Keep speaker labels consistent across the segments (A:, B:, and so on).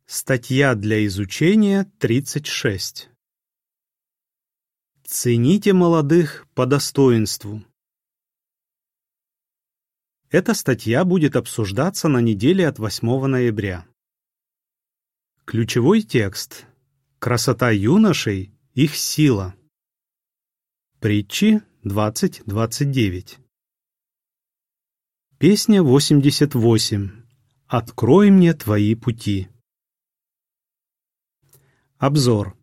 A: Статья для изучения 36. Цените молодых по достоинству. Эта статья будет обсуждаться на неделе от 8 ноября. Ключевой текст. Красота юношей – их сила. Притчи 20:29. Песня 88. Открой мне твои пути. Обзор.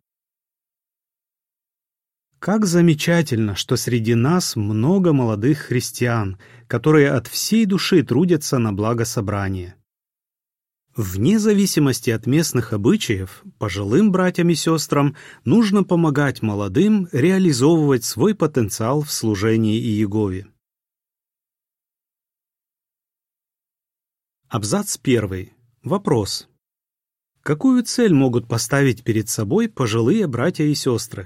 A: Как замечательно, что среди нас много молодых христиан, которые от всей души трудятся на благо собрания. Вне зависимости от местных обычаев, пожилым братьям и сестрам нужно помогать молодым реализовывать свой потенциал в служении Иегове. Абзац 1. Вопрос. Какую цель могут поставить перед собой пожилые братья и сестры?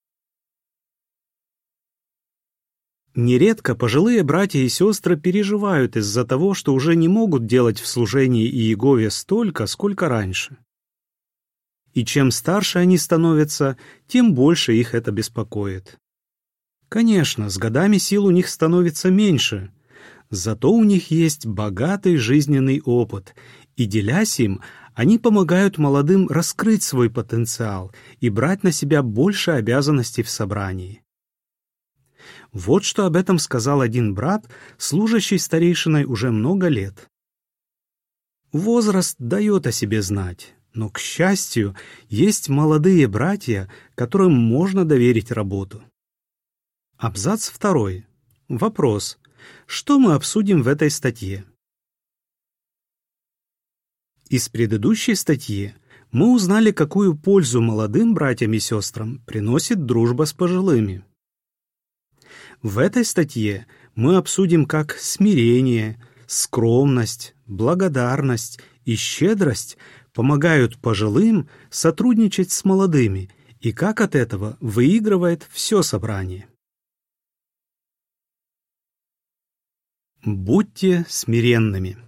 A: Нередко пожилые братья и сестры переживают из-за того, что уже не могут делать в служении Иегове столько, сколько раньше. И чем старше они становятся, тем больше их это беспокоит. Конечно, с годами сил у них становится меньше, зато у них есть богатый жизненный опыт, и, делясь им, они помогают молодым раскрыть свой потенциал и брать на себя больше обязанностей в собрании. Вот что об этом сказал один брат, служащий старейшиной уже много лет. Возраст дает о себе знать, но, к счастью, есть молодые братья, которым можно доверить работу. Абзац 2. Вопрос. Что мы обсудим в этой статье? Из предыдущей статьи мы узнали, какую пользу молодым братьям и сестрам приносит дружба с пожилыми. В этой статье мы обсудим, как смирение, скромность, благодарность и щедрость помогают пожилым сотрудничать с молодыми и как от этого выигрывает все собрание. Будьте смиренными.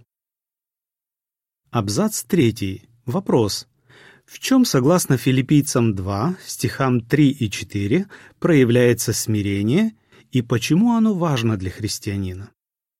A: Абзац 3. Вопрос. В чем, согласно Филиппийцам 2, стихам 3 и 4, проявляется смирение и почему оно важно для христианина?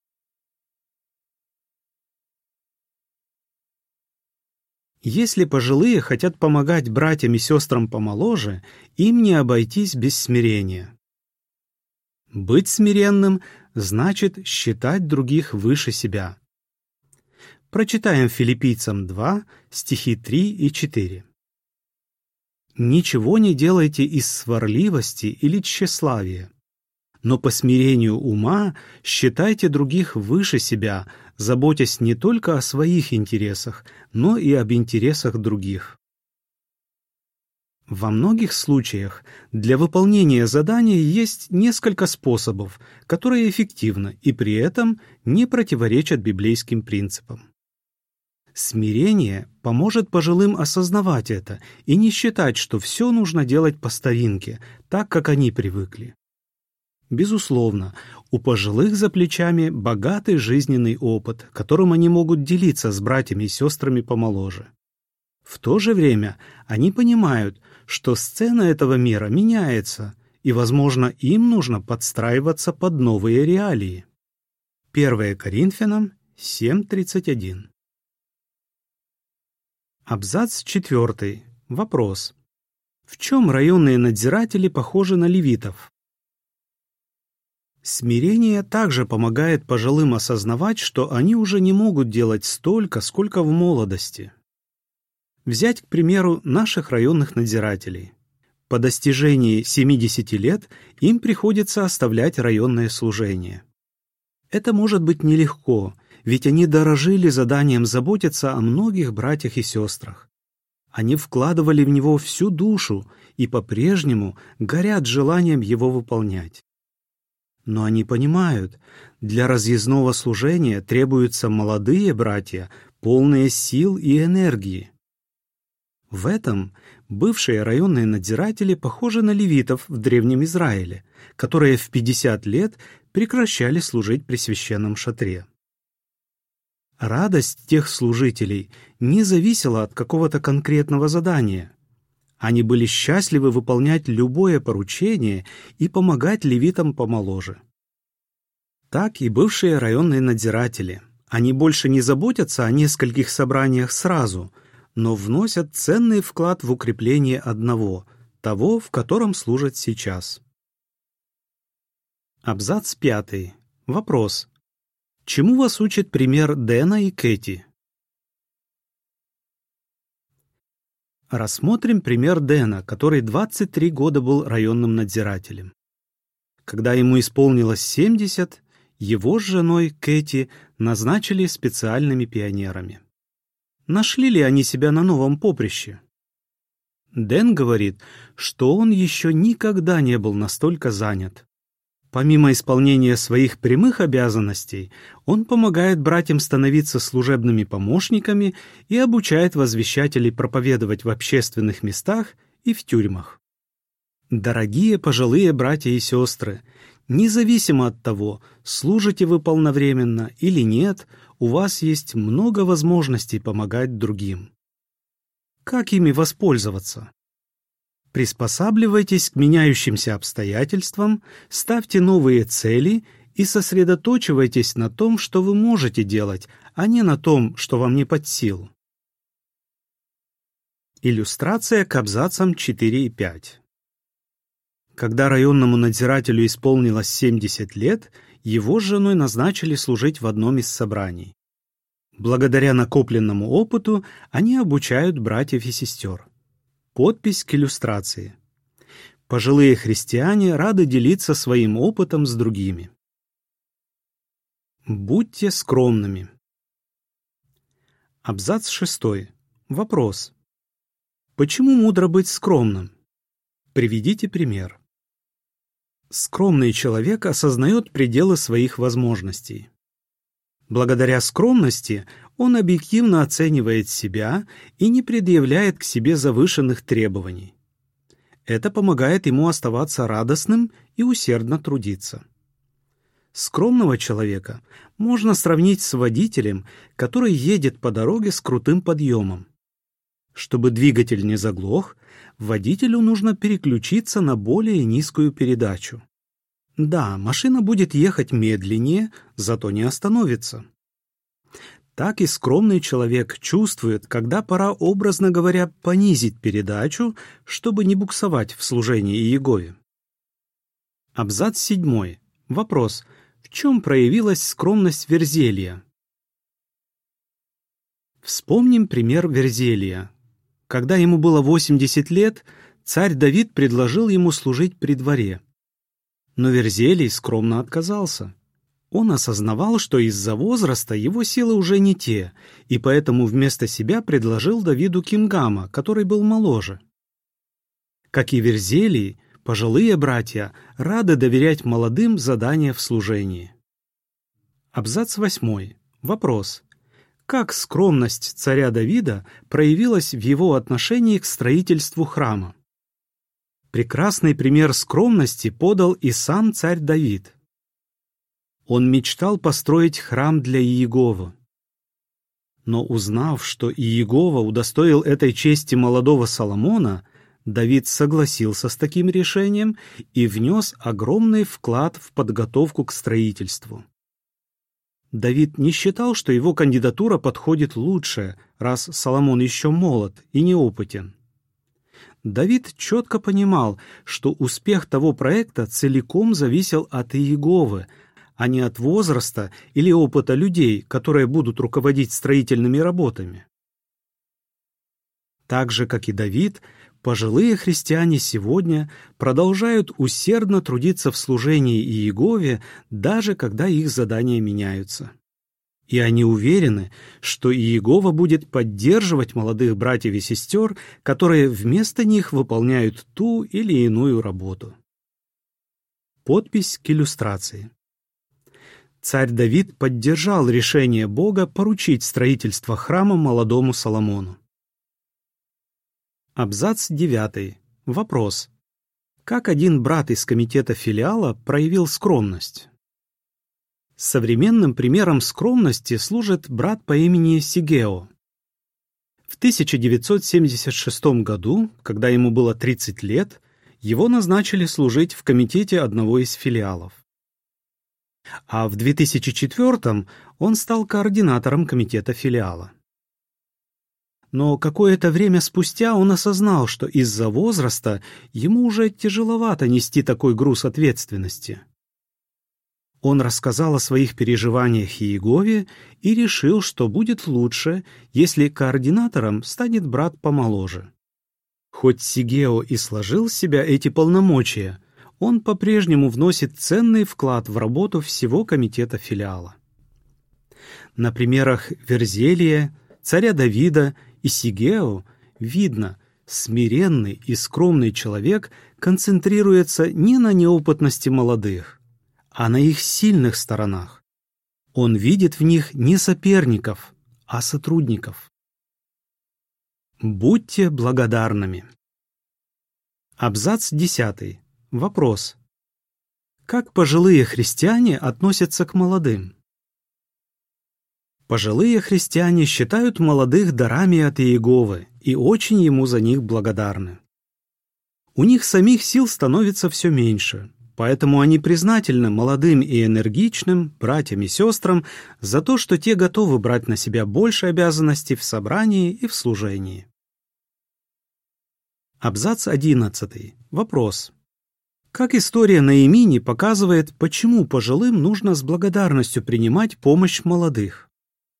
A: Если пожилые хотят помогать братьям и сестрам помоложе, им не обойтись без смирения. Быть смиренным значит считать других выше себя. Прочитаем Филиппийцам 2, стихи 3 и 4. «Ничего не делайте из сварливости или тщеславия, но по смирению ума считайте других выше себя, заботясь не только о своих интересах, но и об интересах других». Во многих случаях для выполнения задания есть несколько способов, которые эффективны и при этом не противоречат библейским принципам. Смирение поможет пожилым осознавать это и не считать, что все нужно делать по старинке, так, как они привыкли. Безусловно, у пожилых за плечами богатый жизненный опыт, которым они могут делиться с братьями и сестрами помоложе. В то же время они понимают, что сцена этого мира меняется, и, возможно, им нужно подстраиваться под новые реалии. 1 Коринфянам 7:31. Абзац 4. Вопрос. В чем районные надзиратели похожи на левитов? Смирение также помогает пожилым осознавать, что они уже не могут делать столько, сколько в молодости. Взять, к примеру, наших районных надзирателей. По достижении 70 лет им приходится оставлять районное служение. Это может быть нелегко, ведь они дорожили заданием заботиться о многих братьях и сестрах. Они вкладывали в него всю душу и по-прежнему горят желанием его выполнять. Но они понимают, для разъездного служения требуются молодые братья, полные сил и энергии. В этом бывшие районные надзиратели похожи на левитов в Древнем Израиле, которые в 50 лет прекращали служить при священном шатре. Радость тех служителей не зависела от какого-то конкретного задания. Они были счастливы выполнять любое поручение и помогать левитам помоложе. Так и бывшие районные надзиратели. Они больше не заботятся о нескольких собраниях сразу, но вносят ценный вклад в укрепление одного, того, в котором служат сейчас. Абзац 5. Вопрос. Чему вас учит пример Дэна и Кэти? Рассмотрим пример Дэна, который 23 года был районным надзирателем. Когда ему исполнилось 70, его с женой Кэти назначили специальными пионерами. Нашли ли они себя на новом поприще? Дэн говорит, что он еще никогда не был настолько занят. Помимо исполнения своих прямых обязанностей, он помогает братьям становиться служебными помощниками и обучает возвещателей проповедовать в общественных местах и в тюрьмах. Дорогие пожилые братья и сестры, независимо от того, служите вы полновременно или нет, у вас есть много возможностей помогать другим. Как ими воспользоваться? Приспосабливайтесь к меняющимся обстоятельствам, ставьте новые цели и сосредоточивайтесь на том, что вы можете делать, а не на том, что вам не под силу. Иллюстрация к абзацам 4 и 5. Когда районному надзирателю исполнилось 70 лет, его с женой назначили служить в одном из собраний. Благодаря накопленному опыту они обучают братьев и сестер. Подпись к иллюстрации. Пожилые христиане рады делиться своим опытом с другими. Будьте скромными. Абзац 6. Вопрос. Почему мудро быть скромным? Приведите пример. Скромный человек осознает пределы своих возможностей. Благодаря скромности он объективно оценивает себя и не предъявляет к себе завышенных требований. Это помогает ему оставаться радостным и усердно трудиться. Скромного человека можно сравнить с водителем, который едет по дороге с крутым подъемом. Чтобы двигатель не заглох, водителю нужно переключиться на более низкую передачу. Да, машина будет ехать медленнее, зато не остановится. Так и скромный человек чувствует, когда пора, образно говоря, понизить передачу, чтобы не буксовать в служении Иегове. Абзац 7. Вопрос. В чем проявилась скромность Верзелия? Вспомним пример Верзелия. Когда ему было 80 лет, царь Давид предложил ему служить при дворе. Но Верзелий скромно отказался. Он осознавал, что из-за возраста его силы уже не те, и поэтому вместо себя предложил Давиду Кингама, который был моложе. Как и Верзелий, пожилые братья рады доверять молодым задания в служении. Абзац 8. Вопрос. Как скромность царя Давида проявилась в его отношении к строительству храма? Прекрасный пример скромности подал и сам царь Давид. Он мечтал построить храм для Иеговы. Но узнав, что Иегова удостоил этой чести молодого Соломона, Давид согласился с таким решением и внес огромный вклад в подготовку к строительству. Давид не считал, что его кандидатура подходит лучше, раз Соломон еще молод и неопытен. Давид четко понимал, что успех того проекта целиком зависел от Иеговы, а не от возраста или опыта людей, которые будут руководить строительными работами. Так же, как и Давид, пожилые христиане сегодня продолжают усердно трудиться в служении Иегове, даже когда их задания меняются. И они уверены, что Иегова будет поддерживать молодых братьев и сестер, которые вместо них выполняют ту или иную работу. Подпись к иллюстрации. Царь Давид поддержал решение Бога поручить строительство храма молодому Соломону. Абзац 9. Вопрос. Как один брат из комитета филиала проявил скромность? Современным примером скромности служит брат по имени Сигео. В 1976 году, когда ему было 30 лет, его назначили служить в комитете одного из филиалов. А в 2004 он стал координатором комитета филиала. Но какое-то время спустя он осознал, что из-за возраста ему уже тяжеловато нести такой груз ответственности. Он рассказал о своих переживаниях Иегове и решил, что будет лучше, если координатором станет брат помоложе. Хоть Сигео и сложил в себя эти полномочия, он по-прежнему вносит ценный вклад в работу всего комитета филиала. На примерах Верзелия, царя Давида и Сигео видно, смиренный и скромный человек концентрируется не на неопытности молодых, а на их сильных сторонах. Он видит в них не соперников, а сотрудников. Будьте благодарными. Абзац 10. Вопрос. Как пожилые христиане относятся к молодым? Пожилые христиане считают молодых дарами от Иеговы и очень ему за них благодарны. У них самих сил становится все меньше, поэтому они признательны молодым и энергичным братьям и сестрам за то, что те готовы брать на себя больше обязанностей в собрании и в служении. Абзац 11. Вопрос. Как история Наимини показывает, почему пожилым нужно с благодарностью принимать помощь молодых?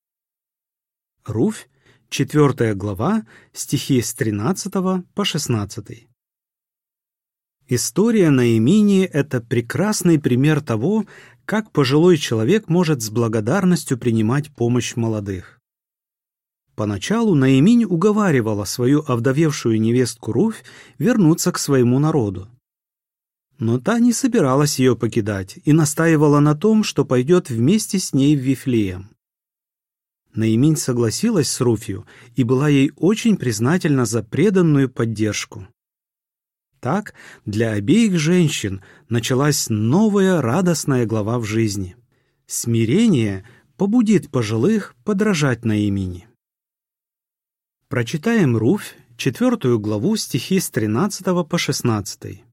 A: Руфь, 4 глава, стихи с 13 по 16. История Наимини – это прекрасный пример того, как пожилой человек может с благодарностью принимать помощь молодых. Поначалу Наиминь уговаривала свою овдовевшую невестку Руфь вернуться к своему народу. Но та не собиралась ее покидать и настаивала на том, что пойдет вместе с ней в Вифлеем. Наиминь согласилась с Руфью и была ей очень признательна за преданную поддержку. Так, для обеих женщин началась новая радостная глава в жизни. Смирение побудит пожилых подражать Наимини. Прочитаем Руфь, 4 главу, стихи с 13 по 16.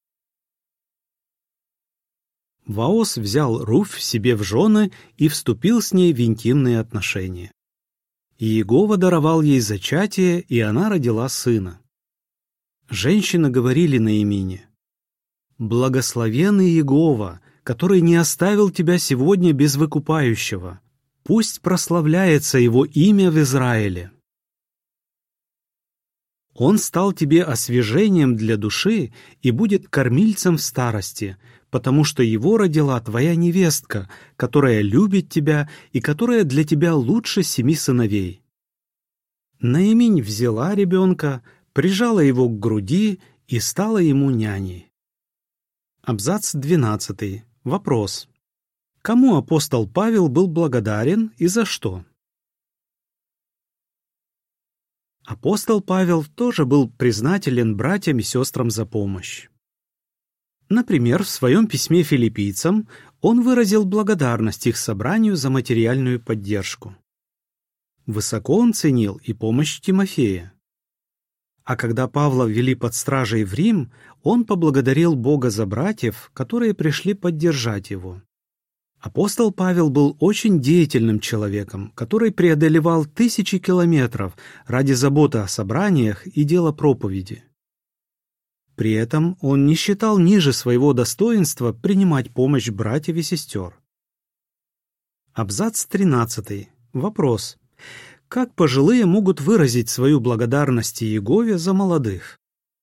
A: Ваос взял Руфь себе в жены и вступил с ней в интимные отношения. Иегова даровал ей зачатие, и она родила сына. Женщины говорили Наимине: «Благословен Иегова, который не оставил тебя сегодня без выкупающего. Пусть прославляется его имя в Израиле. Он стал тебе освежением для души и будет кормильцем в старости, потому что его родила твоя невестка, которая любит тебя и которая для тебя лучше 7 сыновей». Наиминь взяла ребенка, прижала его к груди и стала ему няней. Абзац 12. Вопрос. Кому апостол Павел был благодарен и за что? Апостол Павел тоже был признателен братьям и сестрам за помощь. Например, в своем письме филиппийцам он выразил благодарность их собранию за материальную поддержку. Высоко он ценил и помощь Тимофея. А когда Павла ввели под стражей в Рим, он поблагодарил Бога за братьев, которые пришли поддержать его. Апостол Павел был очень деятельным человеком, который преодолевал 1000 километров ради заботы о собраниях и дела проповеди. При этом он не считал ниже своего достоинства принимать помощь братьев и сестер. Абзац 13. Вопрос. Как пожилые могут выразить свою благодарность Иегове за молодых?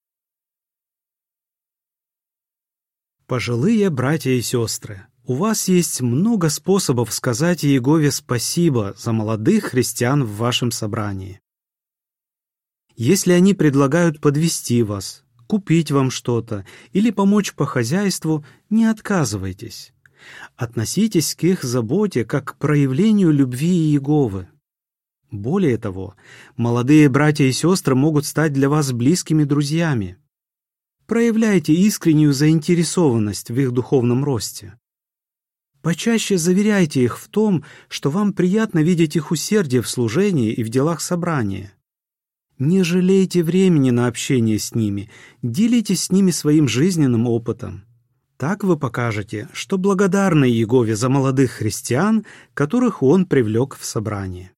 A: Пожилые братья и сестры, у вас есть много способов сказать Иегове спасибо за молодых христиан в вашем собрании. Если они предлагают подвести вас, купить вам что-то или помочь по хозяйству, не отказывайтесь. Относитесь к их заботе как к проявлению любви Иеговы. Более того, молодые братья и сестры могут стать для вас близкими друзьями. Проявляйте искреннюю заинтересованность в их духовном росте. Почаще заверяйте их в том, что вам приятно видеть их усердие в служении и в делах собрания. Не жалейте времени на общение с ними, делитесь с ними своим жизненным опытом. Так вы покажете, что благодарны Иегове за молодых христиан, которых Он привлек в собрание.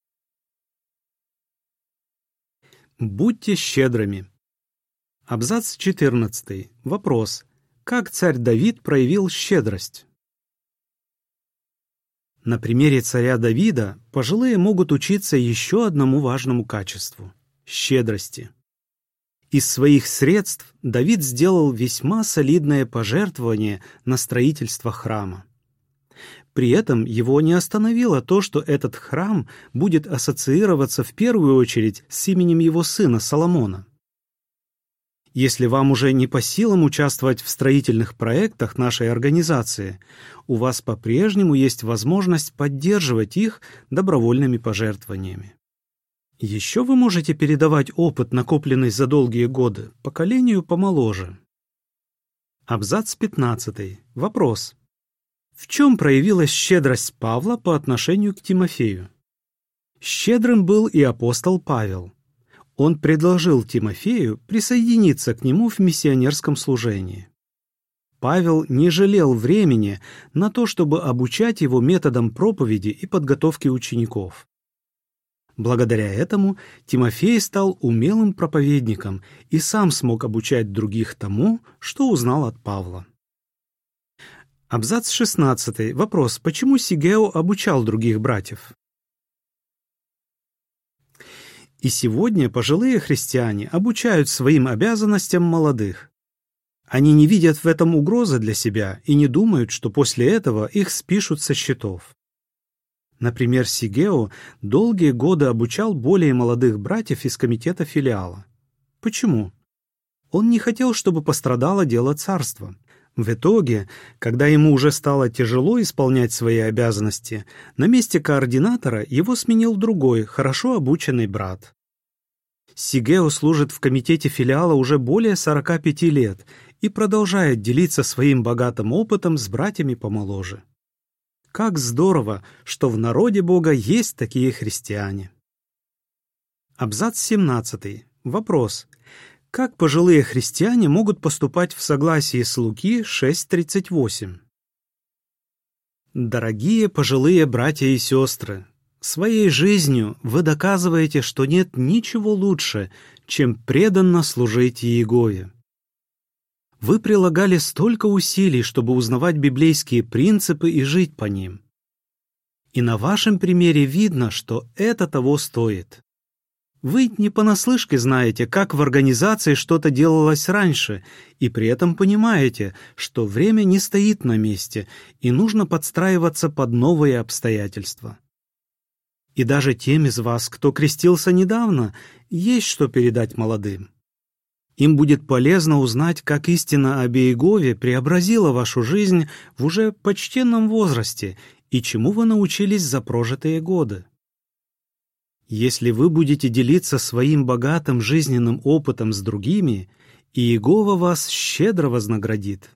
A: Будьте щедрыми. Абзац 14. Вопрос. Как царь Давид проявил щедрость? На примере царя Давида пожилые могут учиться еще одному важному качеству – щедрости. Из своих средств Давид сделал весьма солидное пожертвование на строительство храма. При этом его не остановило то, что этот храм будет ассоциироваться в первую очередь с именем его сына Соломона. Если вам уже не по силам участвовать в строительных проектах нашей организации, у вас по-прежнему есть возможность поддерживать их добровольными пожертвованиями. Еще вы можете передавать опыт, накопленный за долгие годы, поколению помоложе. Абзац 15. Вопрос. В чем проявилась щедрость Павла по отношению к Тимофею? Щедрым был и апостол Павел. Он предложил Тимофею присоединиться к нему в миссионерском служении. Павел не жалел времени на то, чтобы обучать его методам проповеди и подготовки учеников. Благодаря этому Тимофей стал умелым проповедником и сам смог обучать других тому, что узнал от Павла. Абзац 16. Вопрос. Почему Сигео обучал других братьев? И сегодня пожилые христиане обучают своим обязанностям молодых. Они не видят в этом угрозы для себя и не думают, что после этого их спишут со счетов. Например, Сигео долгие годы обучал более молодых братьев из комитета филиала. Почему? Он не хотел, чтобы пострадало дело царства. В итоге, когда ему уже стало тяжело исполнять свои обязанности, на месте координатора его сменил другой, хорошо обученный брат. Сигео служит в комитете филиала уже более 45 лет и продолжает делиться своим богатым опытом с братьями помоложе. Как здорово, что в народе Бога есть такие христиане. Абзац 17. Вопрос. Как пожилые христиане могут поступать в согласии с Луки 6:38? Дорогие пожилые братья и сестры, своей жизнью вы доказываете, что нет ничего лучше, чем преданно служить Иегове. Вы прилагали столько усилий, чтобы узнавать библейские принципы и жить по ним. И на вашем примере видно, что это того стоит. Вы не понаслышке знаете, как в организации что-то делалось раньше, и при этом понимаете, что время не стоит на месте, и нужно подстраиваться под новые обстоятельства. И даже тем из вас, кто крестился недавно, есть что передать молодым. Им будет полезно узнать, как истина об Иегове преобразила вашу жизнь в уже почтенном возрасте и чему вы научились за прожитые годы. Если вы будете делиться своим богатым жизненным опытом с другими, Иегова вас щедро вознаградит.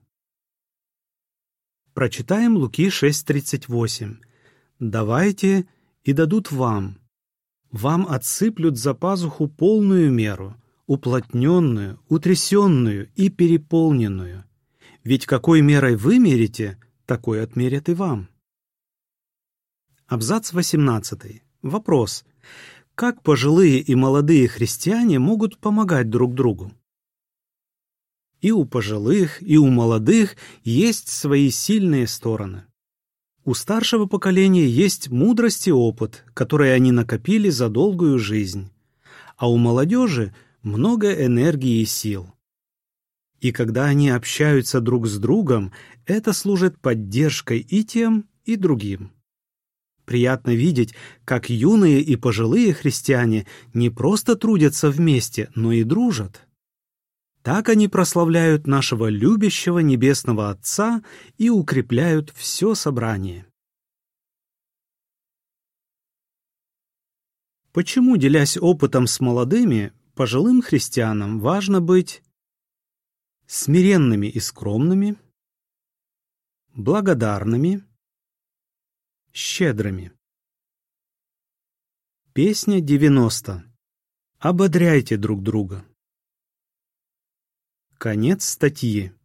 A: Прочитаем Луки 6:38. «Давайте, и дадут вам. Вам отсыплют за пазуху полную меру, уплотненную, утрясенную и переполненную. Ведь какой мерой вы мерите, такой отмерят и вам». Абзац 18. Вопрос. Как пожилые и молодые христиане могут помогать друг другу? И у пожилых, и у молодых есть свои сильные стороны. У старшего поколения есть мудрость и опыт, которые они накопили за долгую жизнь, а у молодежи много энергии и сил. И когда они общаются друг с другом, это служит поддержкой и тем, и другим. Приятно видеть, как юные и пожилые христиане не просто трудятся вместе, но и дружат. Так они прославляют нашего любящего Небесного Отца и укрепляют все собрание. Почему, делясь опытом с молодыми, пожилым христианам важно быть смиренными и скромными, благодарными, щедрыми. Песня 90. Ободряйте друг друга. Конец статьи.